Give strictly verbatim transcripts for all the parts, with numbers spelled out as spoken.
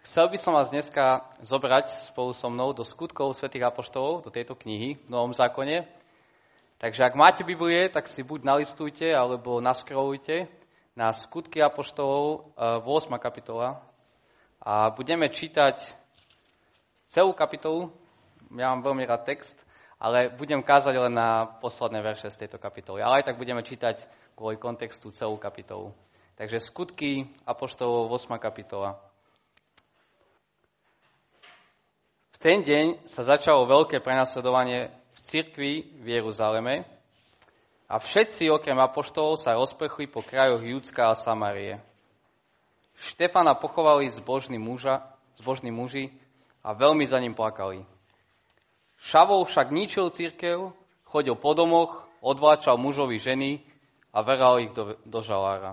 Chcel by som vás dneska zobrať spolu so mnou do skutkov svätých apoštolov, do tejto knihy v Novom zákone. Takže ak máte Biblie, tak si buď nalistujte, alebo naskrolujte na skutky apoštolov, ôsma kapitola. A budeme čítať celú kapitolu. Ja mám veľmi rád text, ale budem kázať len na posledné verše z tejto kapitoly. Ale aj tak budeme čítať kvôli kontextu celú kapitolu. Takže skutky apoštolov, ôsma kapitola. V ten deň sa začalo veľké prenasledovanie v cirkvi v Jeruzaleme a všetci okrem apoštolov sa rozprchli po krajoch Judska a Samárie. Štefana pochovali zbožní, muža, zbožní muži a veľmi za ním plakali. Šavol však ničil cirkev, chodil po domoch, odvláčal mužovi ženy a veral ich do, do žalára.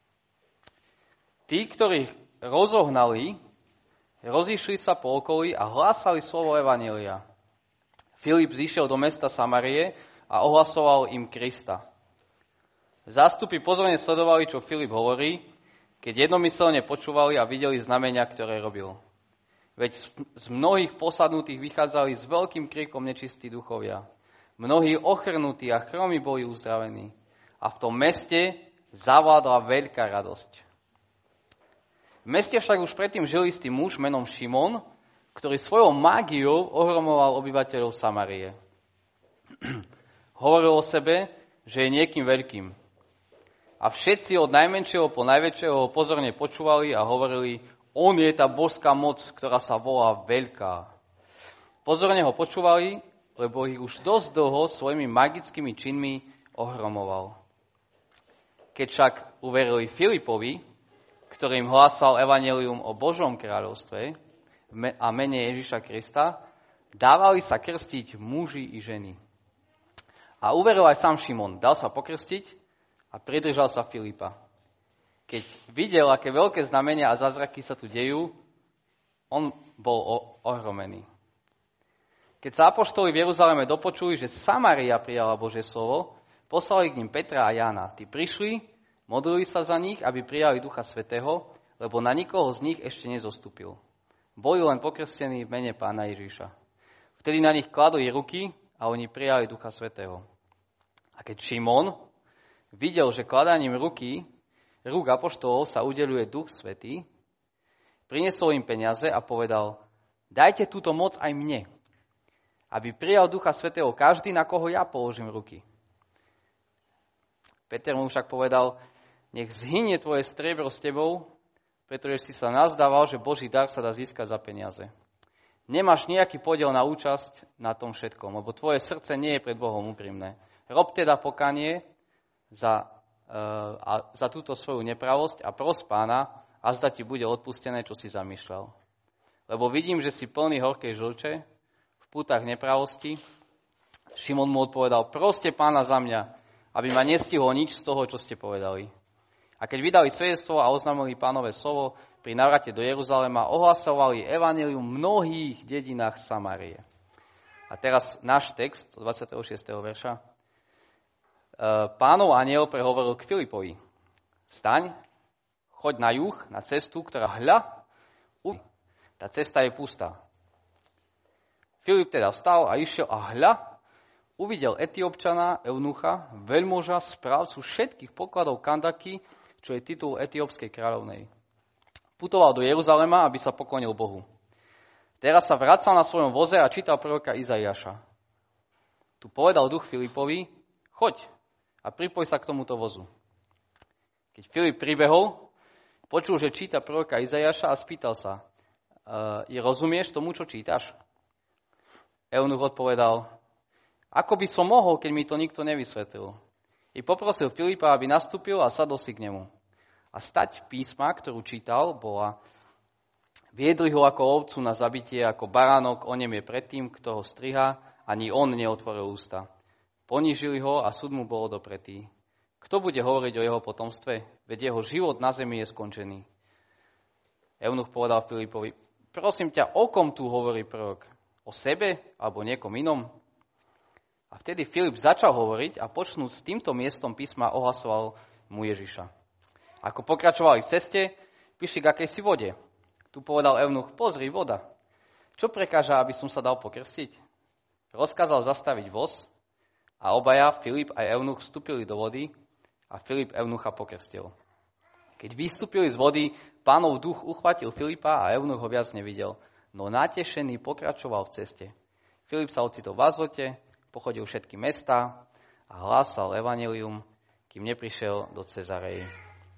Tí, ktorých rozohnali, rozišli sa po okolí a hlásali slovo evanjelia. Filip zišiel do mesta Samarie a ohlasoval im Krista. Zástupy pozorne sledovali, čo Filip hovorí, keď jednomyselne počúvali a videli znamenia, ktoré robil. Veď z mnohých posadnutých vychádzali s veľkým krikom nečistí duchovia. Mnohí ochrnutí a chromí boli uzdravení. A v tom meste zavládla veľká radosť. V meste však už predtým žil istý muž menom Šimon, ktorý svojou mágiou ohromoval obyvateľov Samarie. Hovoril o sebe, že je niekým veľkým. A všetci od najmenšieho po najväčšieho ho pozorne počúvali a hovorili, on je tá božská moc, ktorá sa volá Veľká. Pozorne ho počúvali, lebo ich už dosť dlho svojimi magickými činmi ohromoval. Keď však uverili Filipovi, ktorý im hlásal evanjelium o Božom kráľovstve a mene Ježiša Krista, dávali sa krstiť muži i ženy. A uveril aj sám Šimon, dal sa pokrstiť a pridržal sa Filipa. Keď videl, aké veľké znamenia a zázraky sa tu dejú, on bol ohromený. Keď sa apoštoli v Jeruzaleme dopočuli, že Samária prijala Božie slovo, poslali k nim Petra a Jána. Tí prišli, modlili sa za nich, aby prijali Ducha Svätého, lebo na nikoho z nich ešte nezostúpil. Boli len pokrstení v mene Pána Ježiša. Vtedy na nich kladli ruky a oni prijali Ducha Svätého. A keď Šimon videl, že kladaním ruky, rúk apoštolov sa udeľuje Duch Svätý, priniesol im peniaze a povedal, dajte túto moc aj mne, aby prijal Ducha Svätého každý, na koho ja položím ruky. Peter mu však povedal, nech zhynie tvoje striebro s tebou, pretože si sa nazdával, že Boží dar sa dá získať za peniaze. Nemáš nejaký podiel na účasť na tom všetkom, lebo tvoje srdce nie je pred Bohom úprimné. Rob teda pokanie za, uh, a, za túto svoju nepravosť a pros Pána, a zda ti bude odpustené, čo si zamýšľal. Lebo vidím, že si plný horkej žlče v pútach nepravosti. Šimon mu odpovedal, proste Pána za mňa, aby ma nestihlo nič z toho, čo ste povedali. A keď vydali svedectvo a oznámili Pánové slovo, pri návrate do Jeruzalema ohlasovali evanjelium v mnohých dedinách Samárie. A teraz náš text, dvadsiateho šiesteho verša. Pánov anjel prehovoril k Filipovi. Vstaň, choď na juh, na cestu, ktorá hľa, tá cesta je pustá. Filip teda vstal a išiel a hľa, uvidel Etiópčana, eunucha, veľmoža, správcu všetkých pokladov Kandaky, čo je titul etiópskej kráľovnej. Putoval do Jeruzalema, aby sa poklonil Bohu. Teraz sa vracal na svojom voze a čítal proroka Izaiáša. Tu povedal duch Filipovi, choď a pripoj sa k tomuto vozu. Keď Filip pribehol, počul, že číta proroka Izaiáša a spýtal sa, e, rozumieš tomu, čo čítaš? Eunuch odpovedal, ako by som mohol, keď mi to nikto nevysvetlil. I poprosil Filipa, aby nastúpil a sadol si k nemu. A stať písma, ktorú čítal, bola viedli ho ako ovcu na zabitie, ako baránok oniem je predtým, kto ho striha, ani on neotvoril ústa. Ponížili ho a súd mu bol odopretý. Kto bude hovoriť o jeho potomstve? Veď jeho život na zemi je skončený. Eunuch povedal Filipovi, prosím ťa, o kom tu hovorí prorok? O sebe alebo niekom inom? A vtedy Filip začal hovoriť a počnúc s týmto miestom písma ohlasoval mu Ježiša. Ako pokračovali v ceste, prišli k akejsi vode. Tu povedal eunuch, pozri, voda. Čo prekáža, aby som sa dal pokrstiť? Rozkázal zastaviť voz a obaja, Filip a eunuch, vstúpili do vody a Filip eunucha pokrstil. Keď vystúpili z vody, Pánov duch uchvatil Filipa a eunuch ho viac nevidel, no natešený pokračoval v ceste. Filip sa ocitol v Azote, pochodil všetky mestá a hlásal evanjelium, kým neprišiel do Cezareji.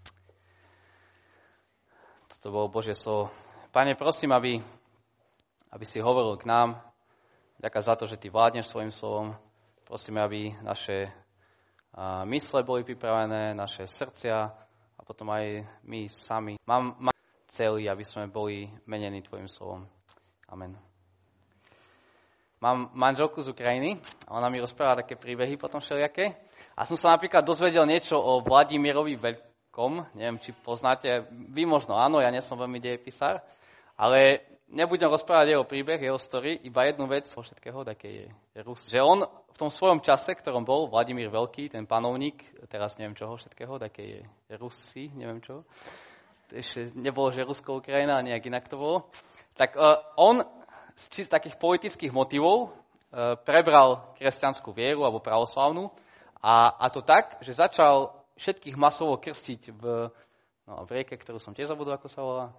Toto bolo Božie slovo. Pane, prosím, aby, aby si hovoril k nám. Ďakujem za to, že ty vládneš svojim slovom. Prosíme, aby naše a, mysle boli pripravené, naše srdcia a potom aj my sami. Mám, mám celý, aby sme boli menení tvojim slovom. Amen. Mám manželku z Ukrajiny a ona mi rozpráva také príbehy potom všelijaké. A som sa napríklad dozvedel niečo o Vladimirovi Veľkom. Neviem, či poznáte. Vy možno áno, ja nie som veľmi dejepisár. Ale nebudem rozprávať jeho príbeh, jeho story, iba jednu vec vo všetkého, také je Rus. Že on v tom svojom čase, ktorom bol Vladimír Veľký, ten panovník, teraz neviem čoho všetkého, také je Rusi, neviem čo. Ešte nebolo, že Rusko-Ukrajina, ale nejak inak to bolo. Tak uh, on z čist takých politických motivov uh, prebral kresťanskú vieru alebo pravoslavnú a, a to tak, že začal všetkých masovo krstiť v, no, v rieke, ktorú som tiež zabudol, ako sa volá.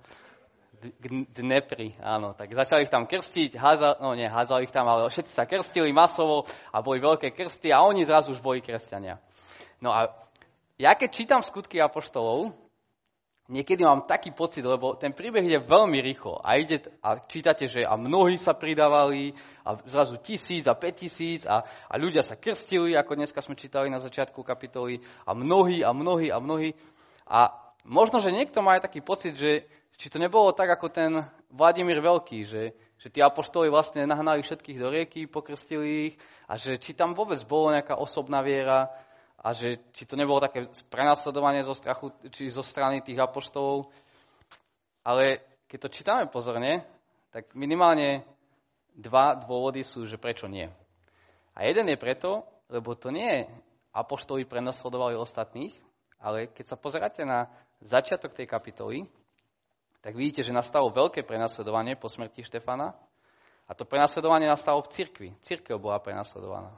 Dnepri, áno, tak začali ich tam krstiť, házali, no nie, házali ich tam, ale všetci sa krstili masovo a boli veľké krsty a oni zrazu už boli kresťania. No a ja keď čítam skutky apoštolov, niekedy mám taký pocit, lebo ten príbeh ide veľmi rýchlo a, ide, a čítate, že a mnohí sa pridávali a zrazu tisíc a päť tisíc a, a ľudia sa krstili, ako dneska sme čítali na začiatku kapitoly a mnohí a mnohí a mnohí a možno, že niekto má aj taký pocit, že či to nebolo tak, ako ten Vladimír Veľký, že, že tí apoštoli vlastne nahnali všetkých do rieky, pokrstili ich a že či tam vôbec bolo nejaká osobná viera a že či to nebolo také prenasledovanie zo strachu, či zo strany tých apoštolov. Ale keď to čítame pozorne, tak minimálne dva dôvody sú, že prečo nie. A jeden je preto, lebo to nie apoštoli prenasledovali ostatných, ale keď sa pozeráte na začiatok tej kapitoly, tak vidíte, že nastalo veľké prenasledovanie po smrti Štefana a to prenasledovanie nastalo v cirkvi. Cirkev bola prenasledovaná.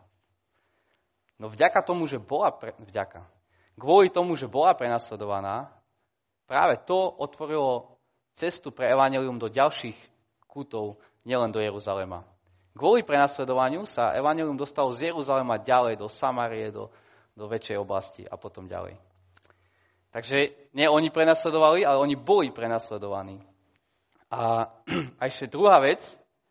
No vďaka tomu, že bola pre... vďaka. Kvôli tomu, že bola prenasledovaná, práve to otvorilo cestu pre evanjelium do ďalších kútov, nielen do Jeruzalema. Kvôli prenasledovaniu sa evanjelium dostalo z Jeruzalema ďalej do Samárie, do, do väčšej oblasti a potom ďalej. Takže nie oni prenasledovali, ale oni boli prenasledovaní. A, a ešte druhá vec,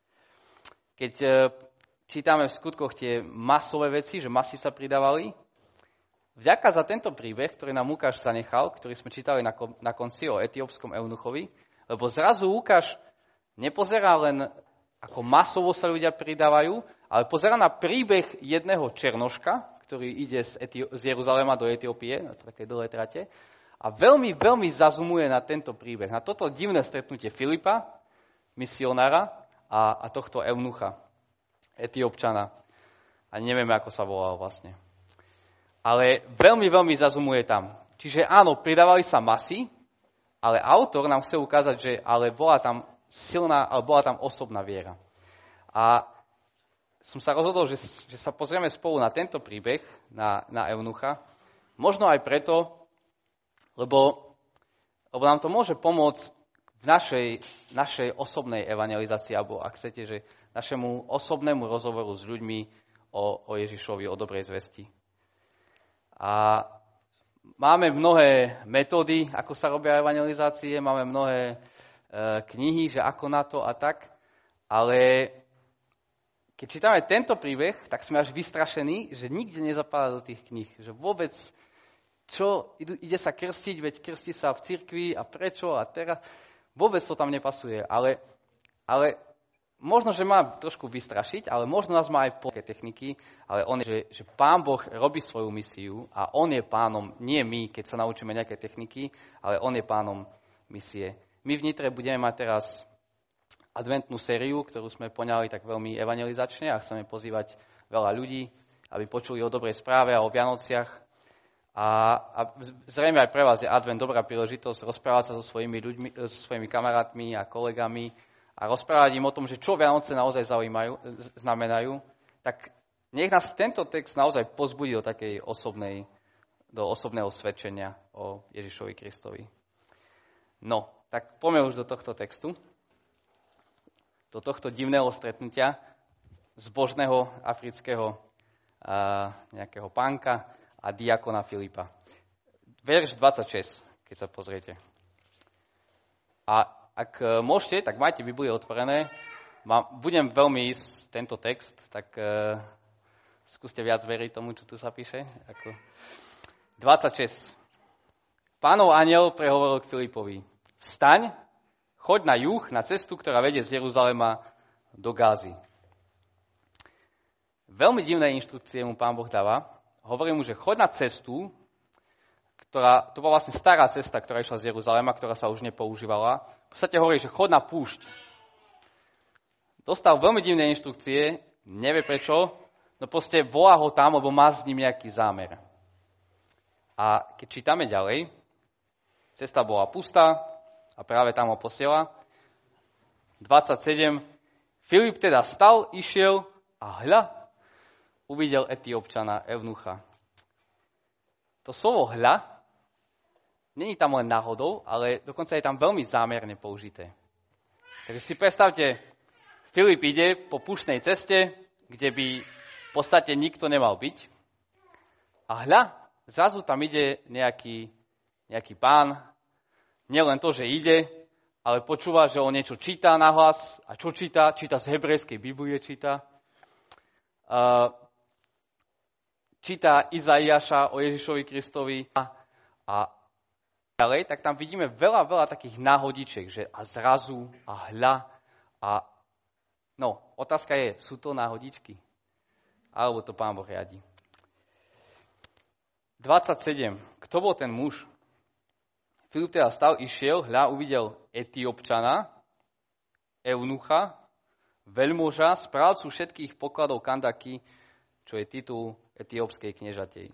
keď e, čítame v skutkoch tie masové veci, že masy sa pridávali, vďaka za tento príbeh, ktorý nám Lukáš zanechal, ktorý sme čítali na, na konci o etiópskom eunuchovi, lebo zrazu Lukáš nepozerá len, ako masovo sa ľudia pridávajú, ale pozerá na príbeh jedného černoška, ktorý ide z, Eti- z Jeruzalema do Etiópie, na takej dlhé trate, a veľmi, veľmi zazumuje na tento príbeh, na toto divné stretnutie Filipa, misionára, a, a tohto eunucha, Etiópčana. A nevieme, ako sa volal vlastne. Ale veľmi, veľmi zazumuje tam. Čiže áno, pridávali sa masy, ale autor nám chce ukázať, že ale bola tam silná, ale bola tam osobná viera. A som sa rozhodol, že, že sa pozrieme spolu na tento príbeh, na, na eunucha. Možno aj preto, lebo, lebo nám to môže pomôcť v našej, našej osobnej evangelizácii, alebo ak chcete, že našemu osobnému rozhovoru s ľuďmi o, o Ježišovi, o dobrej zvesti. A máme mnohé metódy, ako sa robia evangelizácie, máme mnohé e, knihy, že ako na to a tak, ale keď čítame tento príbeh, tak sme až vystrašení, že nikde nezapadá do tých kníh, že vôbec čo, ide sa krstiť, veď krstí sa v cirkvi a prečo a teraz, vôbec to tam nepasuje, ale, ale možno, že má trošku vystrašiť, ale možno nás má aj polské techniky, ale on je, že, že Pán Boh robí svoju misiu a on je pánom, nie my, keď sa naučíme nejaké techniky, ale on je pánom misie. My v Nitre budeme mať teraz adventnú sériu, ktorú sme poňali tak veľmi evangelizačne a chceme pozývať veľa ľudí, aby počuli o dobrej správe a o Vianociach. A, a zrejme aj pre vás je advent dobrá príležitosť rozprávať sa so svojimi ľuďmi, so svojimi kamarátmi a kolegami a rozprávať im o tom, že čo Vianoce naozaj zaujímajú, znamenajú, tak nech nás tento text naozaj pozbudí do takej osobnej, do osobného svedčenia o Ježišovi Kristovi. No, tak poďme už do tohto textu, do tohto divného stretnutia zbožného afrického a, nejakého pánka a diakona Filipa. Verš dvadsaťšesť, keď sa pozriete. A ak môžete, tak majte Biblie otvorené. Budem veľmi ísť tento text, tak uh, skúste viac veriť tomu, čo tu sa píše. Ako... dvadsaťšesť. Pánov anjel prehovoril k Filipovi. Vstaň, choď na juh, na cestu, ktorá vedie z Jeruzalema do Gázy. Veľmi divné inštrukcie mu Pán Boh dáva. Hovorí mu, že choď na cestu, ktorá, to bola vlastne stará cesta, ktorá išla z Jeruzalema, ktorá sa už nepoužívala. V podstate hovorí, že choď na púšť. Dostal veľmi divné inštrukcie, nevie prečo, no proste volá ho tam, lebo má s ním nejaký zámer. A keď čítame ďalej, cesta bola pustá a práve tam ho posiela. dvadsaťsedem. Filip teda stal, išiel a hľa, uvidel Etiópčana, Eunucha. To slovo hľa není tam len náhodou, ale dokonca je tam veľmi zámerne použité. Takže si predstavte, Filip ide po púštnej ceste, kde by v podstate nikto nemal byť. A hľa, zrazu tam ide nejaký, nejaký pán. Nielen to, že ide, ale počúva, že on niečo číta nahlas. A čo číta? Číta z hebrejskej Biblie, číta. Uh, číta Izaiáša o Ježišovi Kristovi a, a ďalej, tak tam vidíme veľa, veľa takých náhodičiek, že a zrazu, a hľa, a no, otázka je, sú to náhodičky? Alebo to Pán Boh riadi? dvadsaťsedem. Kto bol ten muž? Filip teda stal, išiel, hľa, uvidel Etiópčana, Eunucha, veľmoža, správcu všetkých pokladov Kandaky, čo je titul etiópskej kniežatej.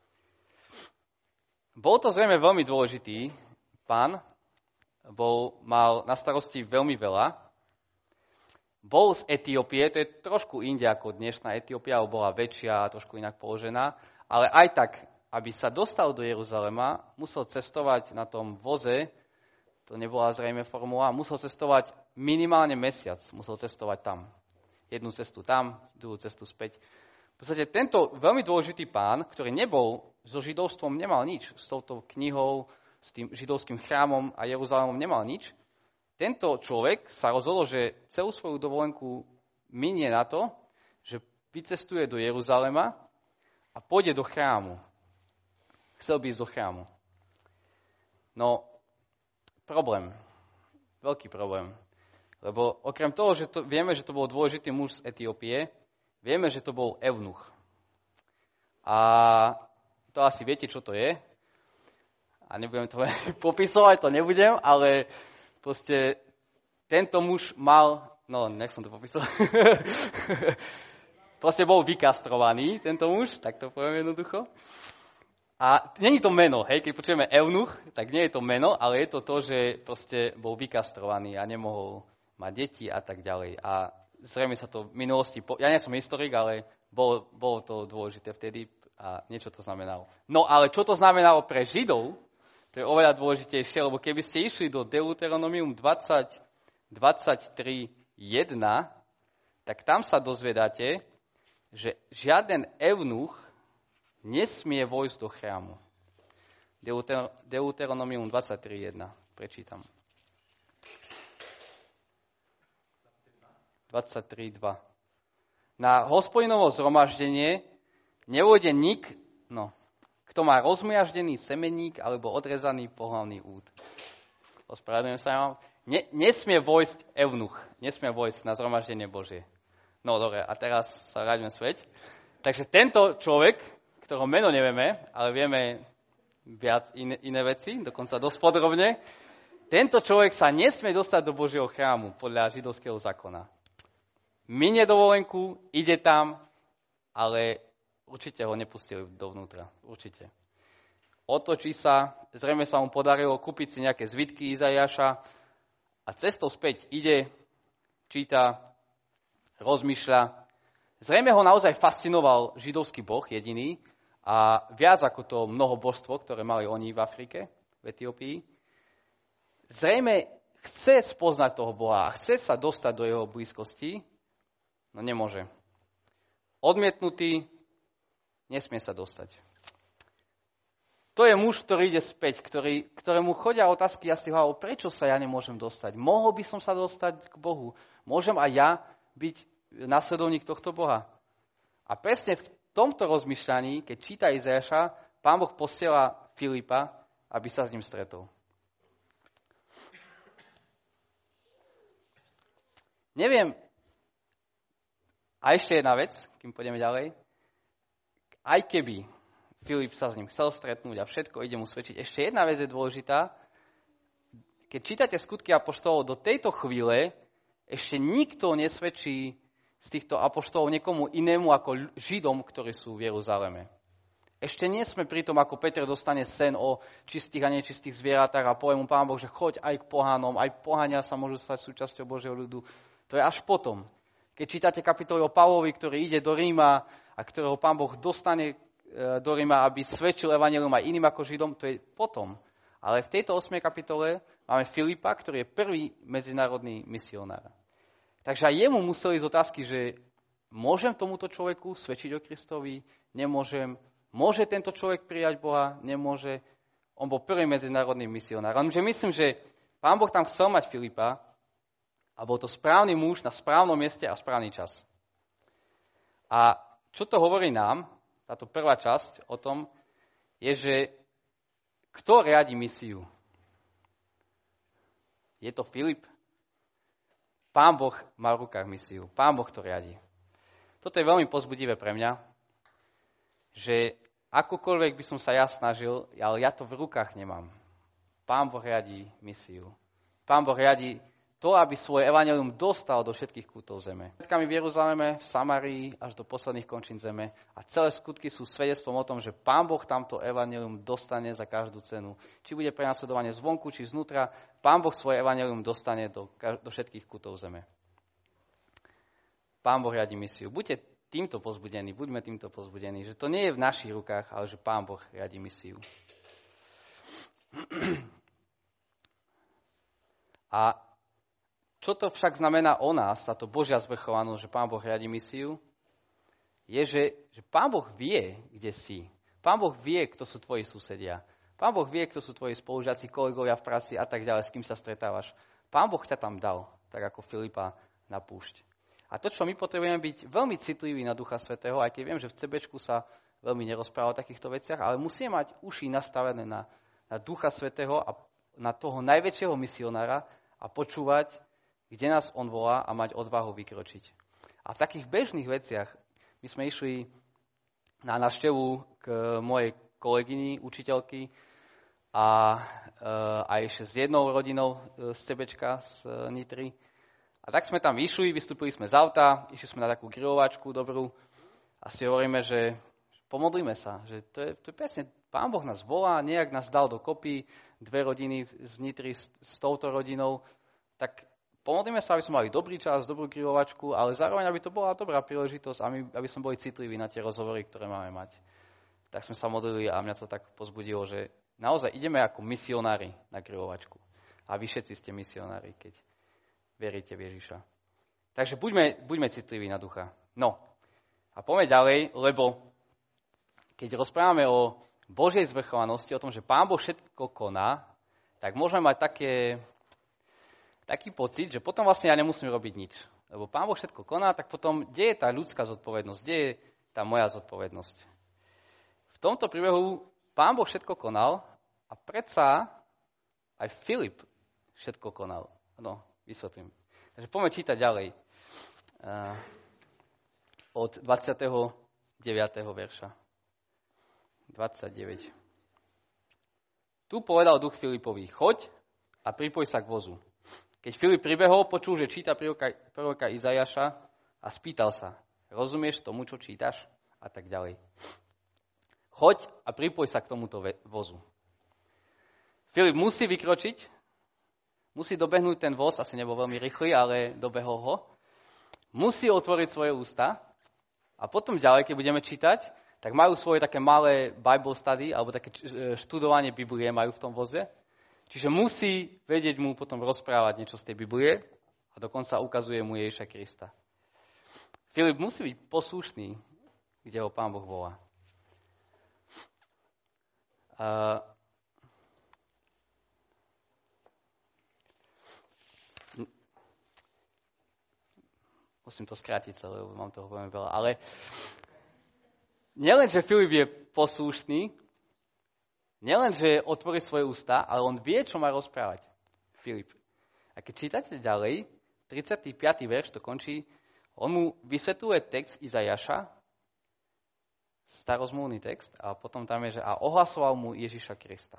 Bol to zrejme veľmi dôležitý pán, bol, mal na starosti veľmi veľa. Bol z Etiópie, to je trošku inde ako dnešná Etiópia, bola väčšia a trošku inak položená, ale aj tak, aby sa dostal do Jeruzalema, musel cestovať na tom voze, to nebola zrejme formula, musel cestovať minimálne mesiac, musel cestovať tam. Jednu cestu tam, druhú cestu späť. V podstate tento veľmi dôležitý pán, ktorý nebol so židovstvom, nemal nič, s touto knihou, s tým židovským chrámom a Jeruzalémom nemal nič, tento človek sa rozhodol, že celú svoju dovolenku minie na to, že vycestuje do Jeruzalema a pôjde do chrámu. Chcel by ísť do chrámu. No, problém. Veľký problém. Lebo okrem toho, že to, vieme, že to bol dôležitý muž z Etiópie, vieme, že to bol eunuch. A to asi viete, čo to je. A nebudem to popisovať, to nebudem, ale proste tento muž mal, no nech som to popísal, proste bol vykastrovaný, tento muž, tak to poviem jednoducho. A není to meno, hej, keď počujeme eunuch, tak nie je to meno, ale je to to, že proste bol vykastrovaný a nemohol mať deti a tak ďalej. A zrejme sa to v minulosti, ja nie som historik, ale bolo, bolo to dôležité vtedy a niečo to znamenalo. No ale čo to znamenalo pre Židov, to je oveľa dôležitejšie, lebo keby ste išli do Deuteronomium dvadsať, dvadsaťtri jeden, tak tam sa dozvedáte, že žiaden eunuch nesmie vojsť do chrámu. Deuter, Deuteronomium dvadsaťtri jeden. Prečítam. dvadsaťtri dva. Na Hospodinovo zhromaždenie nevôjde nik, no, kto má rozmiaždený semeník alebo odrezaný pohlavný úd. Ospravedlňujem sa vám. Ne, nesmie vojsť eunuch. Nesmie vojsť na zhromaždenie Božie. No dobre, a teraz sa vráťme späť. Takže tento človek, ktorého meno nevieme, ale vieme viac iné, iné veci, dokonca dosť podrobne, tento človek sa nesmie dostať do Božieho chrámu podľa židovského zákona. Minie dovolenku, ide tam, ale určite ho nepustili dovnútra. Určite. otočí sa, zrejme sa mu podarilo kúpiť si nejaké zvitky Izaiáša a cestou späť ide, číta, rozmýšľa. Zrejme ho naozaj fascinoval židovský boh jediný a viac ako to mnohobožstvo, ktoré mali oni v Afrike, v Etiópii. Zrejme chce spoznať toho Boha a chce sa dostať do jeho blízkosti, no nemôže. Odmietnutý, nesmie sa dostať. To je muž, ktorý ide späť, ktorý, ktorému chodia otázky asi hlavou, prečo sa ja nemôžem dostať? Mohol by som sa dostať k Bohu? Môžem aj ja byť nasledovník tohto Boha? A presne v tomto rozmýšľaní, keď číta Izaiáša, Pán Boh posiela Filipa, aby sa s ním stretol. Neviem, a ešte jedna vec, kým pôjdeme ďalej, aj keby Filip sa s ním chcel stretnúť a všetko ide mu svedčiť. Ešte jedna vec je dôležitá. Keď čítate skutky apoštolov, do tejto chvíle ešte nikto nesvedčí z týchto apoštolov niekomu inému ako Židom, ktorí sú v Jeruzaleme. Ešte nie sme pri tom, ako Peter dostane sen o čistých a nečistých zvieratách a povie mu Pán Boh, že choď aj k pohanom, aj pohania sa môžu stať súčasťou Božieho ľudu. To je až potom. Keď čítate kapitoly o Pavlovi, ktorý ide do Ríma a ktorého Pán Boh dostane do Ríma, aby svedčil evanjelium aj iným ako Židom, to je potom. Ale v tejto ôsmej kapitole máme Filipa, ktorý je prvý medzinárodný misionár. Takže aj jemu museli ísť otázky, že môžem tomuto človeku svedčiť o Kristovi? Nemôžem. Môže tento človek prijať Boha? Nemôže. On bol prvý medzinárodný misionár. Lenže myslím, že Pán Boh tam chcel mať Filipa a bol to správny muž na správnom mieste a správny čas. A čo to hovorí nám? Táto prvá časť o tom je, že kto riadi misiu? Je to Filip? Pán Boh má v rukách misiu. Pán Boh to riadi. Toto je veľmi povzbudivé pre mňa, že akokoľvek by som sa ja snažil, ale ja to v rukách nemám. Pán Boh riadi misiu. Pán Boh riadi to, aby svoje evanjelium dostal do všetkých kútov zeme. Svetkami v Jeruzaleme, v Samarii, až do posledných končín zeme. A celé skutky sú svedectvom o tom, že Pán Boh tamto evanjelium dostane za každú cenu. Či bude prenasledovanie zvonku, či znútra, Pán Boh svoje evanjelium dostane do, do všetkých kútov zeme. Pán Boh riadi misiu. Buďte týmto pozbudení, buďme týmto pozbudení, že to nie je v našich rukách, ale že Pán Boh riadi misiu. A čo to však znamená o nás, táto Božia zvrchovanosť, že Pán Boh riadi misiu, je, že, že Pán Boh vie, kde si. Pán Boh vie, kto sú tvoji susedia. Pán Boh vie, kto sú tvoji spolužiaci, kolegovia v práci a tak ďalej, s kým sa stretávaš. Pán Boh ťa tam dal, tak ako Filipa na púšť. A to, čo my potrebujeme byť veľmi citliví na Ducha Svätého, aj keď viem, že v CBčku sa veľmi nerozpráva o takýchto veciach, ale musíme mať uši nastavené na, na Ducha Svätého a na toho najväčšieho misionára a počúvať, kde nás on volá a mať odvahu vykročiť. A v takých bežných veciach my sme išli na návštevu k mojej kolegyni, učiteľky a aj ešte s jednou rodinou z CBčka z Nitry. A tak sme tam vyšli, vystúpili sme z auta, išli sme na takú grilovačku dobrú a si hovoríme, že pomodlíme sa, že to je, to je presne, Pán Boh nás volá, nejak nás dal dokopy, dve rodiny z Nitry s, s touto rodinou, tak pomodlíme sa, aby sme mali dobrý čas, dobrú grilovačku, ale zároveň, aby to bola dobrá príležitosť a my, aby sme boli citliví na tie rozhovory, ktoré máme mať. Tak sme sa modlili a mňa to tak pozbudilo, že naozaj ideme ako misionári na grilovačku. A vy všetci ste misionári, keď veríte v Ježiša. Takže buďme, buďme citliví na ducha. No, a poďme ďalej, lebo keď rozprávame o Božej zvrchovanosti, o tom, že Pán Boh všetko koná, tak môžeme mať také... taký pocit, že potom vlastne ja nemusím robiť nič. Lebo Pán Boh všetko koná, tak potom kde je tá ľudská zodpovednosť? Kde je tá moja zodpovednosť? V tomto príbehu Pán Boh všetko konal a predsa aj Filip všetko konal. No, vysvetlím. Takže poďme čítať ďalej. Uh, od dvadsiateho deviateho verša. dvadsaťdeväť. Tu povedal duch Filipovi, choď a pripoj sa k vozu. Keď Filip pribehol, počul, že číta proroka Izaiáša a spýtal sa, rozumieš tomu, čo čítaš? A tak ďalej. choď a pripoj sa k tomuto vozu. Filip musí vykročiť, musí dobehnúť ten voz, asi nebol veľmi rýchly, ale dobehol ho. Musí otvoriť svoje ústa a potom ďalej, keď budeme čítať, tak majú svoje také malé Bible study, alebo také študovanie Biblie majú v tom voze. Čiže musí vedieť mu potom rozprávať niečo z tej Biblie a dokonca ukazuje mu Ježiša Krista. Filip musí byť poslušný, kde ho Pán Boh volá. Uh, musím to skrátiť celé, lebo mám toho veľmi veľa. Ale nielen, že Filip je poslušný, nielen, že otvorí svoje ústa, ale on vie, čo má rozprávať. Filip. A keď čítate ďalej, tridsiaty piaty verš to končí, on mu vysvetľuje text Izajaša, starozmluvný text, a potom tam je, že a ohlasoval mu Ježiša Krista.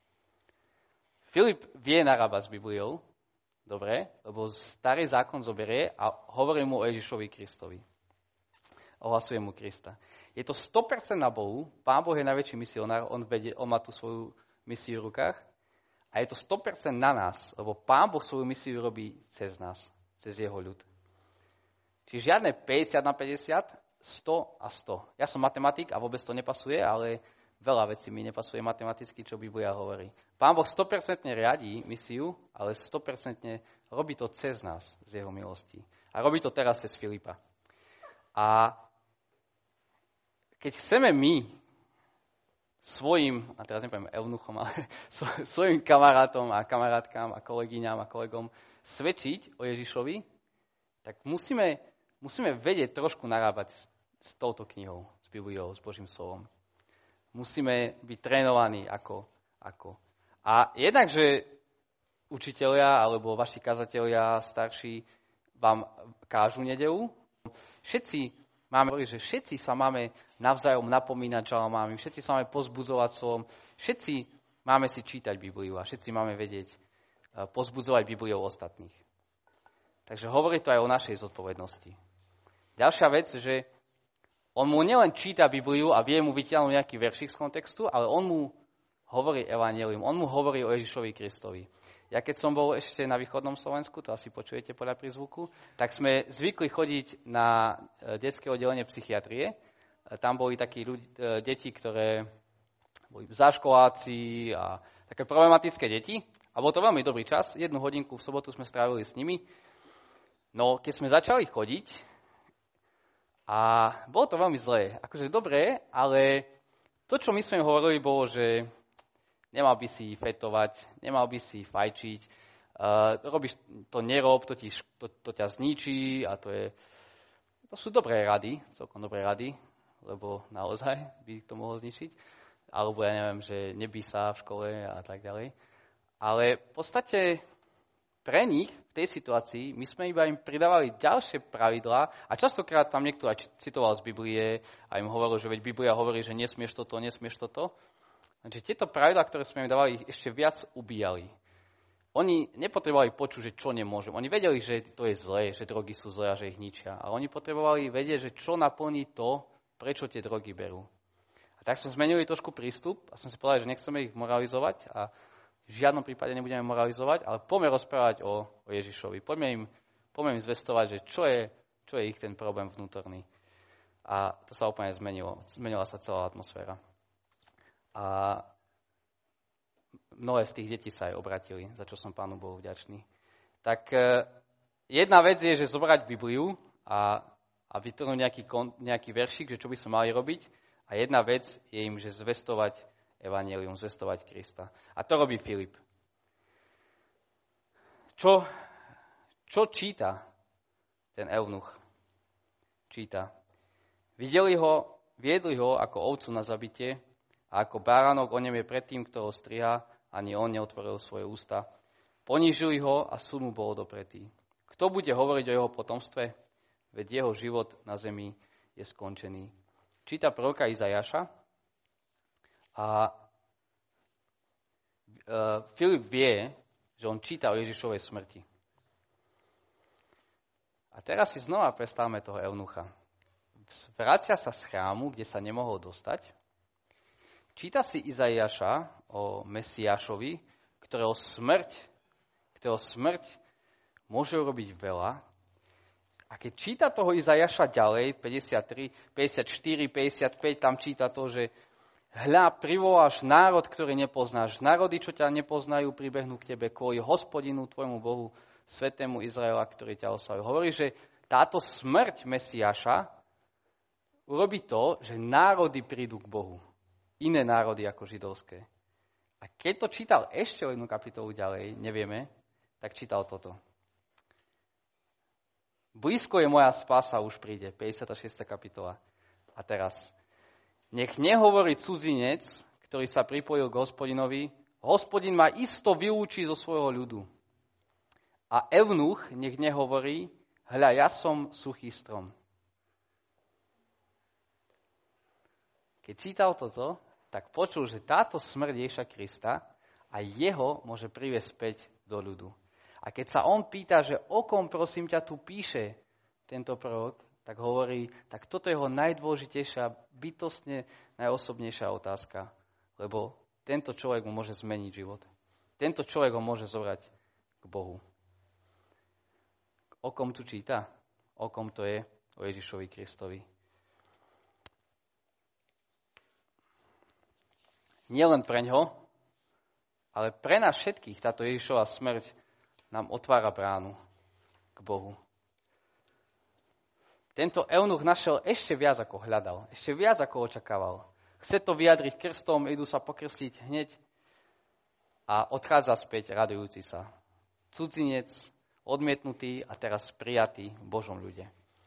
Filip vie narábať s Bibliou, dobre, lebo starý zákon zoberie a hovorí mu o Ježišovi Kristovi. Ohlasuje mu Krista. Je to sto percent na Bohu, Pán Boh je najväčší misionár, on, vedie, on má tú svoju misiu v rukách a je to sto percent na nás, lebo Pán Boh svoju misiu robí cez nás, cez jeho ľud. Čiže žiadne päťdesiat na päťdesiat, sto a sto. Ja som matematik a vôbec to nepasuje, ale veľa vecí mi nepasuje matematicky, čo Biblia hovorí. Pán Boh sto percent riadí misiu, ale sto percent robí to cez nás, z jeho milostí. A robí to teraz cez Filipa. A keď chceme my svojim, a teraz nepoviem eunuchom, ale svojim kamarátom a kamarátkám a kolegyňám a kolegom svedčiť o Ježišovi, tak musíme, musíme vedieť trošku narábať s, s touto knihou, s Bibliou, s Božím slovom. Musíme byť trénovaní ako, ako. A jednak, že učitelia alebo vaši kazatelia starší vám kážu nedeľu, všetci máme hovoriť, že všetci sa máme navzájom napomínať žalmami, všetci sa máme pozbudzovať slovom, všetci máme si čítať Bibliu a všetci máme vedieť pozbudzovať Bibliou ostatných. Takže hovorí to aj o našej zodpovednosti. Ďalšia vec, že on mu nielen číta Bibliu a vie mu vytiahnuť nejaký veršik z kontextu, ale on mu hovorí evanjelium, on mu hovorí o Ježišovi Kristovi. Ja keď som bol ešte na východnom Slovensku, to asi počujete podľa prízvuku, tak sme zvykli chodiť na detské oddelenie psychiatrie. Tam boli takí ľudí, deti, ktoré boli záškoláci a také problematické deti. A bol to veľmi dobrý čas. Jednu hodinku v sobotu sme strávili s nimi. No, keď sme začali chodiť, a bolo to veľmi zlé. Akože dobré, ale to, čo my sme im hovorili, bolo, že nemal by si fetovať, nemal by si fajčiť, uh, robíš to nerob, to, ti, to, to ťa zničí a to je, to sú dobré rady, celkom dobré rady, lebo naozaj by to mohlo zničiť. Alebo ja neviem, že nebí sa v škole a tak ďalej. Ale v podstate pre nich v tej situácii my sme iba im pridávali ďalšie pravidlá a častokrát tam niekto aj citoval z Biblie a im hovoril, že veď Biblia hovorí, že nesmieš toto, nesmieš toto. Takže tieto pravidlá, ktoré sme im dávali, ich ešte viac ubíjali. Oni nepotrebovali počuť, že čo nemôžem. Oni vedeli, že to je zlé, že drogy sú zlé a že ich ničia. Ale oni potrebovali vedieť, že čo naplní to, prečo tie drogy berú. A tak sme zmenili trošku prístup a som si povedal, že nechceme ich moralizovať a v žiadnom prípade nebudeme moralizovať, ale poďme rozprávať o, o Ježišovi. Poďme im, poďme im zvestovať, že čo je, čo je ich ten problém vnútorný. A to sa úplne zmenilo. Zmenila sa celá atmosféra. A mnohé z tých detí sa aj obratili, za čo som Pánu Bohu vďačný. Tak jedna vec je, že zobrať Bibliu a, a vytrhnúť nejaký, nejaký veršik, že čo by sme mali robiť. A jedna vec je im, že zvestovať evanjelium, zvestovať Krista. A to robí Filip. Čo, čo číta ten eunuch? Číta. Videli ho, viedli ho ako ovcu na zabitie a ako baránok o je pred tým, kto ho striha, ani on neotvoril svoje ústa. Ponížili ho a súd mu bol dopretý. Kto bude hovoriť o jeho potomstve? Veď jeho život na zemi je skončený. Číta proroka Izajaša a Filip vie, že on číta o Ježišovej smrti. A teraz si znova predstavme toho eunucha. Vracia sa z chrámu, kde sa nemohol dostať číta si Izaiáša o Mesiášovi, ktorého smrť, ktorého smrť môže urobiť veľa. A keď číta toho Izaiáša ďalej, päťdesiattri, päťdesiatštyri, päťdesiatpäť, tam číta to, že hľa, privoláš národ, ktorý nepoznáš. Národy, čo ťa nepoznajú, pribehnú k tebe kvôli Hospodinu, tvojmu Bohu, Svätému Izraela, ktorý ťa oslavil. Hovorí, že táto smrť Mesiáša urobí to, že národy prídu k Bohu. Iné národy ako židovské. A keď to čítal ešte o jednu kapitolu ďalej, nevieme, tak čítal toto. Blízko je moja spása, už príde, päťdesiata šiesta kapitola. A teraz, nech nehovorí cudzinec, ktorý sa pripojil k Hospodinovi, Hospodin ma isto vylúči zo svojho ľudu. A eunuch nech nehovorí, hľa, ja som suchý strom. Keď čítal toto, tak počul, že táto smrť Ježiša Krista a jeho môže priviesť späť do ľudu. A keď sa on pýta, že o kom prosím ťa tu píše tento prorok, tak hovorí, tak toto je jeho najdôležitejšia, bytostne najosobnejšia otázka. Lebo tento človek mu môže zmeniť život. Tento človek ho môže zobrať k Bohu. O kom tu číta? O kom to je? O Ježišovi Kristovi. Nielen preňho, ale pre nás všetkých táto Ježišova smrť nám otvára bránu k Bohu. Tento eunuch našiel ešte viac, ako hľadal. Ešte viac, ako očakával. Chce to vyjadriť krstom, idú sa pokrstiť hneď a odchádza späť radujúci sa. Cudzinec, odmietnutý a teraz prijatý v Božom ľude.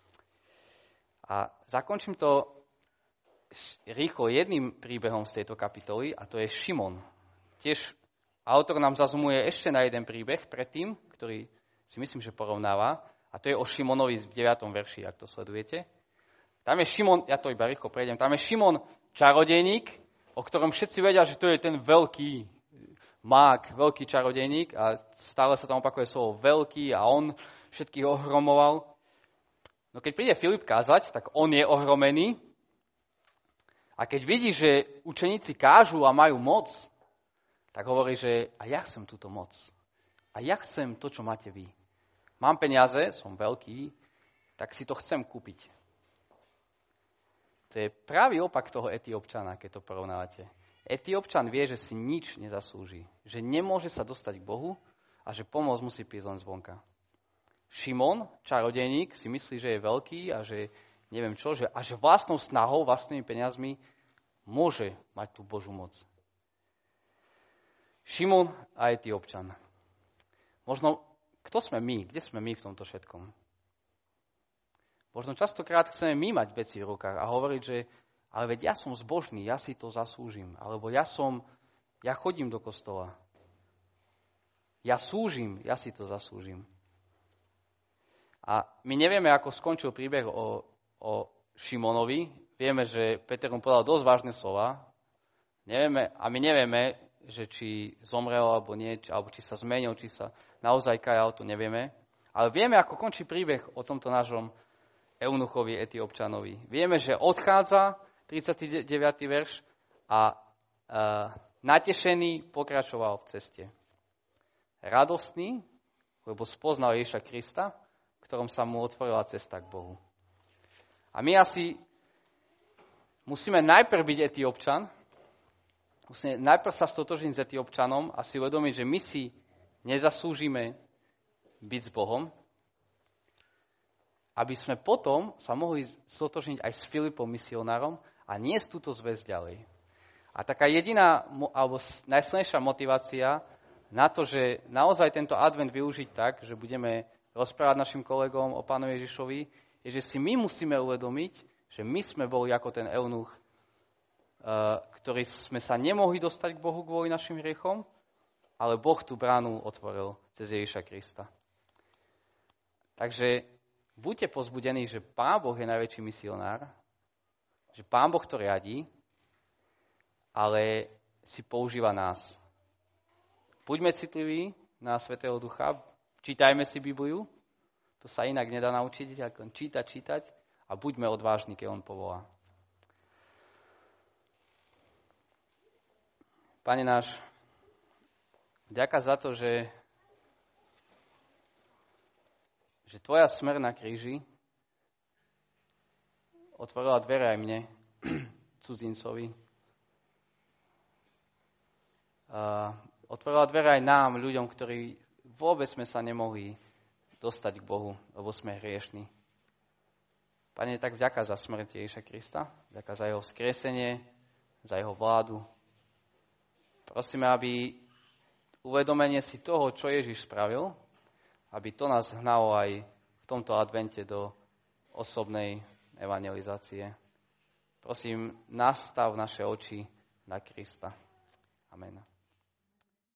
A zakončím to rýchlo jedným príbehom z tejto kapitoly a to je Šimon. Tiež autor nám zazumuje ešte na jeden príbeh predtým, ktorý si myslím, že porovnáva. A to je o Šimonovi v deviatom verši, ak to sledujete. Tam je Šimon, ja to iba rýchlo prejdem, tam je Šimon čarodejník, o ktorom všetci vedia, že to je ten veľký mák, veľký čarodejník a stále sa tam opakuje slovo veľký a on všetkých ohromoval. No keď príde Filip kázať, tak on je ohromený a keď vidí, že učeníci kážu a majú moc, tak hovorí, že a ja chcem túto moc. A ja chcem to, čo máte vy. Mám peniaze, som veľký, tak si to chcem kúpiť. To je pravý opak toho Etiópčana, keď to porovnávate. Etiópčan vie, že si nič nezaslúži. Že nemôže sa dostať k Bohu a že pomoc musí prísť len zvonka. Šimon, čarodejník, si myslí, že je veľký a že neviem čo, že, a že vlastnou snahou, vlastnými peniazmi môže mať tú Božú moc. Šimon a Etiópčan. Možno, kto sme my? Kde sme my v tomto všetkom? Možno častokrát chceme my mať veci v rukách a hovoriť, že ale veď ja som zbožný, ja si to zaslúžim. Alebo ja som, ja chodím do kostola. Ja slúžim, ja si to zaslúžim. A my nevieme, ako skončil príbeh o, o Šimonovi. Vieme, že Peter mu povedal dosť vážne slova. Nevieme, a my nevieme, že či zomrel alebo nie, alebo či sa zmenil, či sa naozaj kajal, to nevieme. Ale vieme, ako končí príbeh o tomto nášom eunuchovi Etiópčanovi. Vieme, že odchádza, tridsiaty deviaty verš, a uh, natešený pokračoval v ceste. Radostný, lebo spoznal Ježiša Krista, v ktorom sa mu otvorila cesta k Bohu. A my asi musíme najprv byť Etiópčan, musíme najprv sa stotožniť s Etiópčanom a si uvedomiť, že my si nezaslúžime byť s Bohom, aby sme potom sa mohli stotožniť aj s Filipom misionárom a niesť túto zvesť ďalej. A taká jediná, alebo najsilnejšia motivácia na to, že naozaj tento advent využiť tak, že budeme rozprávať našim kolegom o Pánovi Ježišovi, je, že si my musíme uvedomiť, že my sme boli ako ten eunuch, ktorý sme sa nemohli dostať k Bohu kvôli našim hriechom, ale Boh tú bránu otvoril cez Ježiša Krista. Takže buďte povzbudení, že Pán Boh je najväčší misionár, že Pán Boh to riadí, ale si používa nás. Buďme citliví na Svätého Ducha, čítajme si Bibliu, to sa inak nedá naučiť, ako čítať, čítať a buďme odvážni, keď on povolá. Pane náš, vďaka za to, že, že Tvoja smrť na kríži otvorila dvere aj mne, cudzincovi. A otvorila dvere aj nám, ľuďom, ktorí vôbec sme sa nemohli dostať k Bohu, lebo sme hriešni. Pane, tak vďaka za smrť Ježiša Krista, vďaka za jeho vzkriesenie, za jeho vládu. Prosíme, aby uvedomenie si toho, čo Ježiš spravil, aby to nás hnalo aj v tomto advente do osobnej evangelizácie. Prosím, nastav naše oči na Krista. Amen.